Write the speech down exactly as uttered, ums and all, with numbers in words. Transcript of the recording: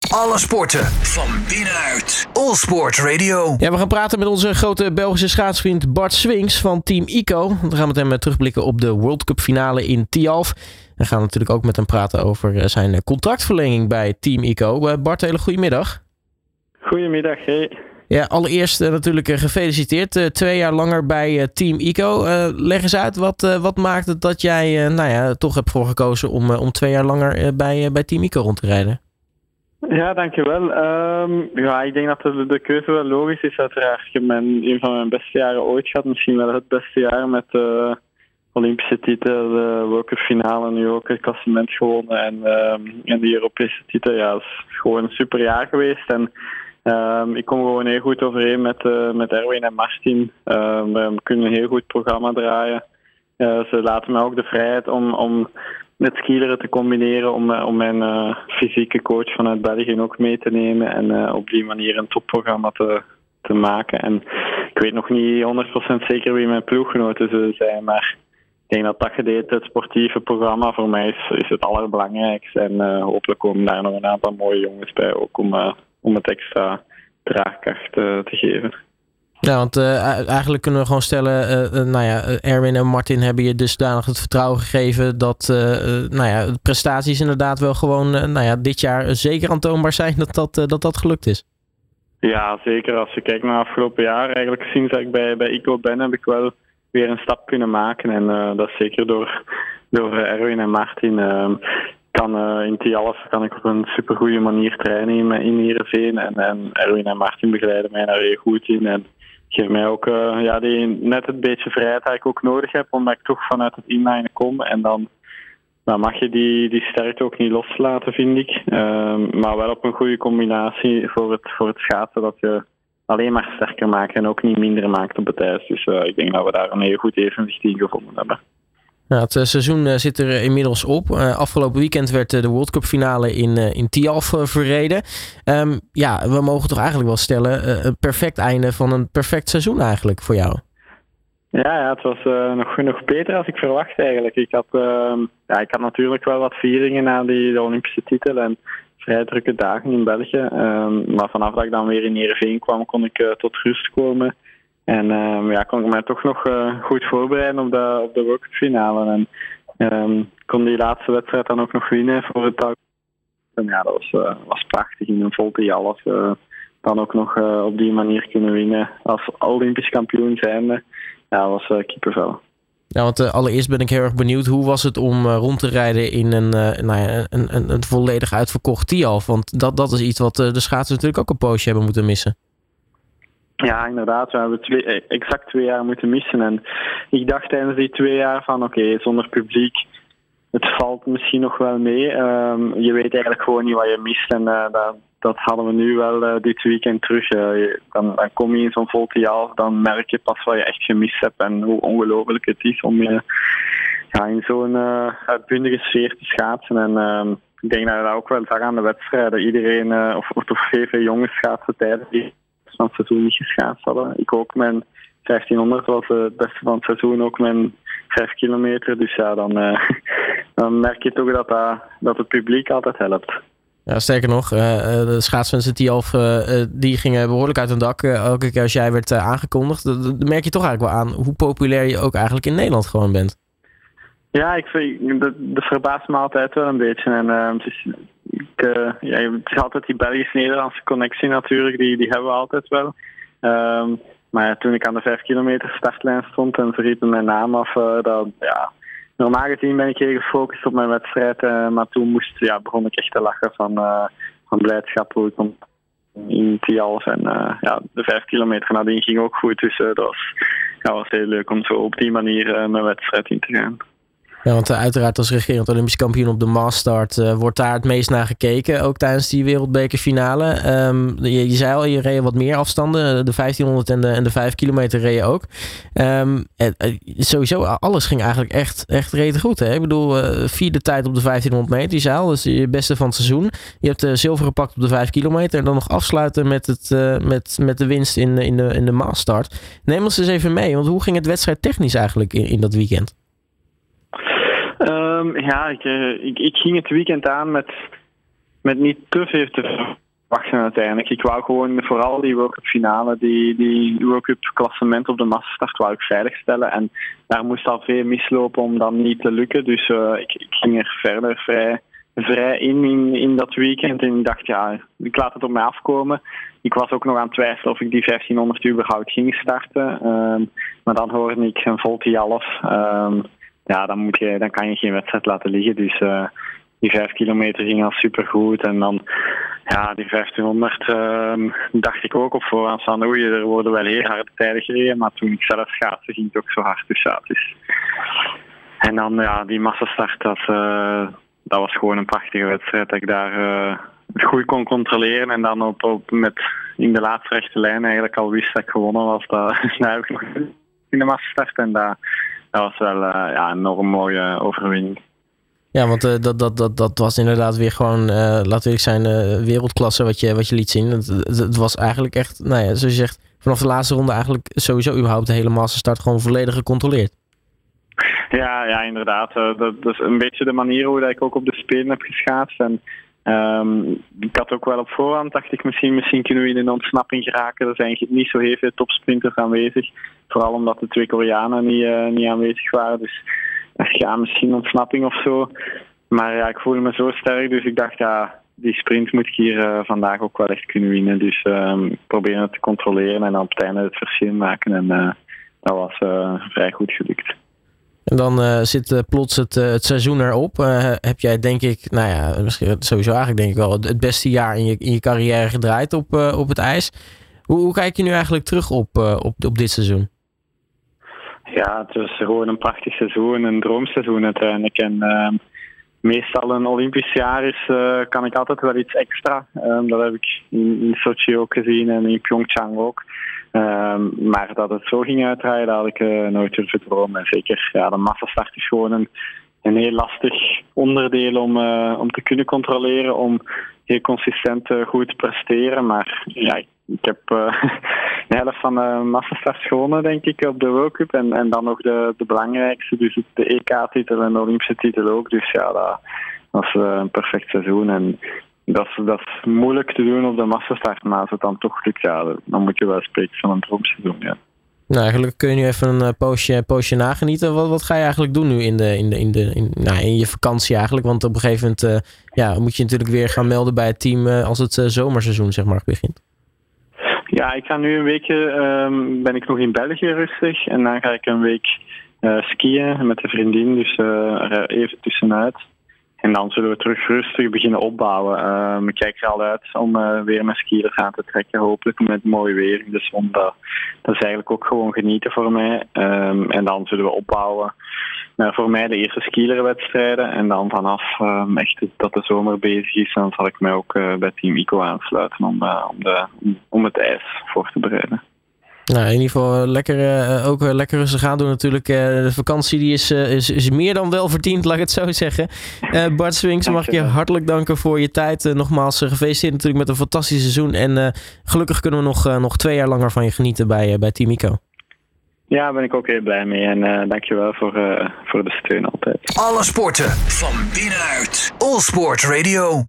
Alle sporten van binnenuit. All Sport Radio. Ja, we gaan praten met onze grote Belgische schaatsvriend Bart Swings van Team ICO. We gaan met hem terugblikken op de World Cup finale in Tialf. We gaan natuurlijk ook met hem praten over zijn contractverlenging bij Team ICO. Bart, hele goedemiddag. Goedemiddag, hey. Ja, allereerst uh, natuurlijk uh, gefeliciteerd. Uh, twee jaar langer bij uh, Team ICO. Uh, leg eens uit, wat, uh, wat maakt het dat jij uh, nou ja, toch hebt voor gekozen om, uh, om twee jaar langer uh, bij, uh, bij Team ICO rond te rijden? Ja, dankjewel. Um, ja, ik denk dat de, de keuze wel logisch is, uiteraard. Ik heb mijn, een van mijn beste jaren ooit gehad. Misschien wel het beste jaar met de Olympische titel, de World Cup finale, nu ook het klassement gewonnen en, um, en de Europese titel. Ja, het is gewoon een super jaar geweest. En Um, ik kom gewoon heel goed overeen met, uh, met Erwin en Martin. Uh, we kunnen een heel goed programma draaien. Uh, ze laten mij ook de vrijheid om, om met skileren te combineren, om, uh, om mijn uh, fysieke coach vanuit België ook mee te nemen en uh, op die manier een topprogramma te, te maken. En ik weet nog niet honderd procent zeker wie mijn ploeggenoten zullen zijn, maar ik denk dat dat gedeelte, het sportieve programma, voor mij is, is het allerbelangrijkste. En uh, hopelijk komen daar nog een aantal mooie jongens bij, ook om... Uh, om het extra draagkracht uh, te geven. Ja, want uh, eigenlijk kunnen we gewoon stellen, uh, uh, nou ja, Erwin en Martin hebben je dusdanig het vertrouwen gegeven dat uh, uh, nou ja, de prestaties inderdaad wel gewoon uh, nou ja, dit jaar zeker aantoonbaar zijn dat dat, uh, dat dat gelukt is. Ja, zeker. Als je kijkt naar afgelopen jaar, eigenlijk sinds dat ik bij, bij ICO ben, heb ik wel weer een stap kunnen maken. En uh, dat is zeker door, door Erwin en Martin. Uh, Kan, uh, in Tialf kan ik op een supergoeie manier trainen in, in Heerenveen. En, en Erwin en Martin begeleiden mij daar heel goed in. En geven mij ook uh, ja, die, net het beetje vrijheid dat ik ook nodig heb, omdat ik toch vanuit het inlinen kom. En dan, dan mag je die, die sterkte ook niet loslaten, vind ik. Uh, maar wel op een goede combinatie voor het, voor het schaatsen, dat je alleen maar sterker maakt en ook niet minder maakt op het ijs. Dus uh, ik denk dat we daar een heel goed evenwicht in gevonden hebben. Nou, het seizoen uh, zit er inmiddels op. Uh, afgelopen weekend werd uh, de World Cup finale in, uh, in Tialf uh, verreden. Um, ja, we mogen toch eigenlijk wel stellen, uh, een perfect einde van een perfect seizoen eigenlijk voor jou. Ja, ja het was uh, nog, nog beter dan ik verwacht eigenlijk. Ik had, uh, ja, ik had natuurlijk wel wat vieringen na die de Olympische titel en vrij drukke dagen in België. Um, maar vanaf dat ik dan weer in Heerenveen kwam, kon ik uh, tot rust komen. En um, ja, kon ik mij toch nog uh, goed voorbereiden op de, op de World Cup finale. En um, kon die laatste wedstrijd dan ook nog winnen voor het dag. En ja, dat was, uh, was prachtig in een vol Tialf. Uh, dan ook nog uh, op die manier kunnen winnen als Olympisch kampioen zijnde. Ja, dat was uh, kippenvel. Ja, want uh, allereerst ben ik heel erg benieuwd. Hoe was het om uh, rond te rijden in een, uh, nou ja, een, een, een volledig uitverkocht Tialf? Want dat, dat is iets wat uh, de schaatsers natuurlijk ook een poosje hebben moeten missen. Ja, inderdaad. We hebben twee, exact twee jaar moeten missen. En ik dacht tijdens die twee jaar van oké, okay, zonder publiek, het valt misschien nog wel mee. Um, je weet eigenlijk gewoon niet wat je mist. En uh, dat, dat hadden we nu wel uh, dit weekend terug. Uh, dan, dan kom je in zo'n vol Tialf, dan merk je pas wat je echt gemist hebt en hoe ongelooflijk het is om je ja, in zo'n uh, uitbundige sfeer te schaatsen. En um, ik denk dat je dat ook wel zag aan de wedstrijden. Iedereen, uh, of, of toch veel, veel jongens schaatsen tijdens die van het seizoen niet geschaatst hadden. Ik ook, mijn vijftienhonderd was het beste van het seizoen, ook mijn vijf kilometer. Dus ja, dan, uh, dan merk je toch dat, dat, dat het publiek altijd helpt. Ja, sterker nog, uh, de schaatsmensen Tialf, uh, die gingen behoorlijk uit hun dak. Uh, elke keer als jij werd uh, aangekondigd, dan merk je toch eigenlijk wel aan hoe populair je ook eigenlijk in Nederland gewoon bent. Ja, ik vind, dat, dat verbaast me altijd wel een beetje. En, uh, het, is, ik, uh, ja, het is altijd die Belgisch-Nederlandse connectie natuurlijk, die, die hebben we altijd wel. Um, maar ja, toen ik aan de vijf kilometer startlijn stond en ze riepen mijn naam af, uh, dat, ja, normaal gezien ben ik heel gefocust op mijn wedstrijd, uh, maar toen moest, ja, begon ik echt te lachen van, uh, van blijdschap hoe ik kom in Tialf. En uh, ja, de vijf kilometer nadien ging ook goed, dus uh, dat was, ja, was heel leuk om zo op die manier uh, mijn wedstrijd in te gaan. Ja, want uh, uiteraard als regerend Olympisch kampioen op de massstart uh, wordt daar het meest naar gekeken. Ook tijdens die wereldbekerfinale. Um, je, je zei al, je reed wat meer afstanden. De vijftienhonderd en de, en de vijf kilometer reed je ook. Um, en, uh, sowieso, alles ging eigenlijk echt, echt redelijk goed. Hè? Ik bedoel, uh, vierde tijd op de vijftienhonderd meter. Je zei al, dat is je beste van het seizoen. Je hebt uh, zilver gepakt op de vijf kilometer. En dan nog afsluiten met, het, uh, met, met de winst in, in de, in de massstart. Neem ons eens even mee. Want hoe ging het wedstrijd technisch eigenlijk in, in dat weekend? Um, ja, ik, ik, ik ging het weekend aan met, met niet te veel te verwachten uiteindelijk. Ik wou gewoon vooral die World Cup finale, die, die World Cup klassement op de massastart wou ik veiligstellen. En daar moest al veel mislopen om dat niet te lukken. Dus uh, ik, ik ging er verder vrij, vrij in, in in dat weekend. En ik dacht, ja, ik laat het op mij afkomen. Ik was ook nog aan het twijfelen of ik die vijftienhonderd überhaupt ging starten. Um, maar dan hoorde ik een Volte half. Um, ja, dan, moet je, dan kan je geen wedstrijd laten liggen. Dus uh, die vijf kilometer ging al supergoed. En dan, ja, die vijftienhonderd um, dacht ik ook op voorhand van oei, er worden wel heel harde tijden gereden. Maar toen ik zelf schaatste, ging het ook zo hard. Dus ja, dus. En dan, ja, die massastart, dat, uh, dat was gewoon een prachtige wedstrijd. Dat ik daar uh, het goed kon controleren. En dan op, op met in de laatste rechte lijn eigenlijk al wist dat ik gewonnen was. Dat, dat heb ik nog in de massastart. En dat, dat was wel uh, ja, een enorm mooie overwinning. Ja, want uh, dat, dat, dat, dat was inderdaad weer gewoon, uh, laten we zijn, uh, wereldklasse wat je, wat je liet zien. Het, het, het was eigenlijk echt, nou ja, zoals je zegt, vanaf de laatste ronde eigenlijk sowieso überhaupt de hele massastart gewoon volledig gecontroleerd. Ja, ja, inderdaad. Uh, dat, dat is een beetje de manier hoe dat ik ook op de Spelen heb geschaatst. En um, ik had ook wel op voorhand, dacht ik misschien, misschien kunnen we in een ontsnapping geraken. Er zijn niet zo heel veel topsprinters aanwezig. Vooral omdat de twee Koreanen niet, uh, niet aanwezig waren. Dus ja, misschien ontsnapping of zo. Maar ja, ik voelde me zo sterk, dus ik dacht, ja, die sprint moet ik hier uh, vandaag ook wel echt kunnen winnen. Dus um, ik probeerde het te controleren en dan op het einde het verschil maken. En uh, dat was uh, vrij goed gelukt. En dan uh, zit uh, plots het, uh, het seizoen erop. Uh, heb jij denk ik, nou ja, misschien sowieso eigenlijk denk ik wel het beste jaar in je, in je carrière gedraaid op, uh, op het ijs. Hoe, hoe kijk je nu eigenlijk terug op, uh, op, op dit seizoen? Ja, het was gewoon een prachtig seizoen, een droomseizoen uiteindelijk. En uh, meestal een Olympisch jaar is, uh, kan ik altijd wel iets extra. Um, dat heb ik in, in Sochi ook gezien en in Pyeongchang ook. Um, maar dat het zo ging uitdraaien, dat had ik uh, nooit durven dromen. En zeker, ja, de massastart is gewoon een, een heel lastig onderdeel om, uh, om te kunnen controleren, om heel consistent uh, goed te presteren. Maar ja, ik, ik heb uh, de helft van de massastarts gewonnen, denk ik, op de World Cup. En, en dan nog de, de belangrijkste, dus de E K-titel en de Olympische titel ook. Dus ja, dat was uh, een perfect seizoen. En dat is, dat is moeilijk te doen op de massastart, maar als het dan toch lukt, ja, dan moet je wel spreken van een droomseizoen, ja. Nou, eigenlijk kun je nu even een poosje, poosje nagenieten. Wat, wat ga je eigenlijk doen nu in, de, in, de, in, de, in, nou, in je vakantie eigenlijk? Want op een gegeven moment uh, ja, moet je natuurlijk weer gaan melden bij het team uh, als het uh, zomerseizoen zeg maar begint. Ja, ik ga nu een weekje, um, ben ik nog in België rustig. En dan ga ik een week uh, skiën met een vriendin, dus uh, even tussenuit. En dan zullen we terug rustig beginnen opbouwen. Um, ik kijk er al uit om uh, weer mijn skiers aan te trekken, hopelijk met mooi weer in de zon. Dat, dat is eigenlijk ook gewoon genieten voor mij. Um, en dan zullen we opbouwen naar voor mij de eerste skielerwedstrijden. En dan vanaf um, echt dat de zomer bezig is, dan zal ik mij ook uh, bij Team ICO aansluiten om, uh, om, de, om het ijs voor te bereiden. Nou, in ieder geval lekker, uh, ook uh, lekker rustig aan doen natuurlijk. Uh, de vakantie die is, uh, is, is meer dan wel verdiend, laat ik het zo zeggen. Uh, Bart Swings, mag ik je hartelijk danken voor je tijd. Uh, nogmaals uh, gefeliciteerd natuurlijk met een fantastisch seizoen. En uh, gelukkig kunnen we nog, uh, nog twee jaar langer van je genieten bij, uh, bij Team ICO. Ja, daar ben ik ook heel blij mee. En uh, dankjewel voor, uh, voor de steun altijd. Alle sporten van binnenuit. All Sport Radio.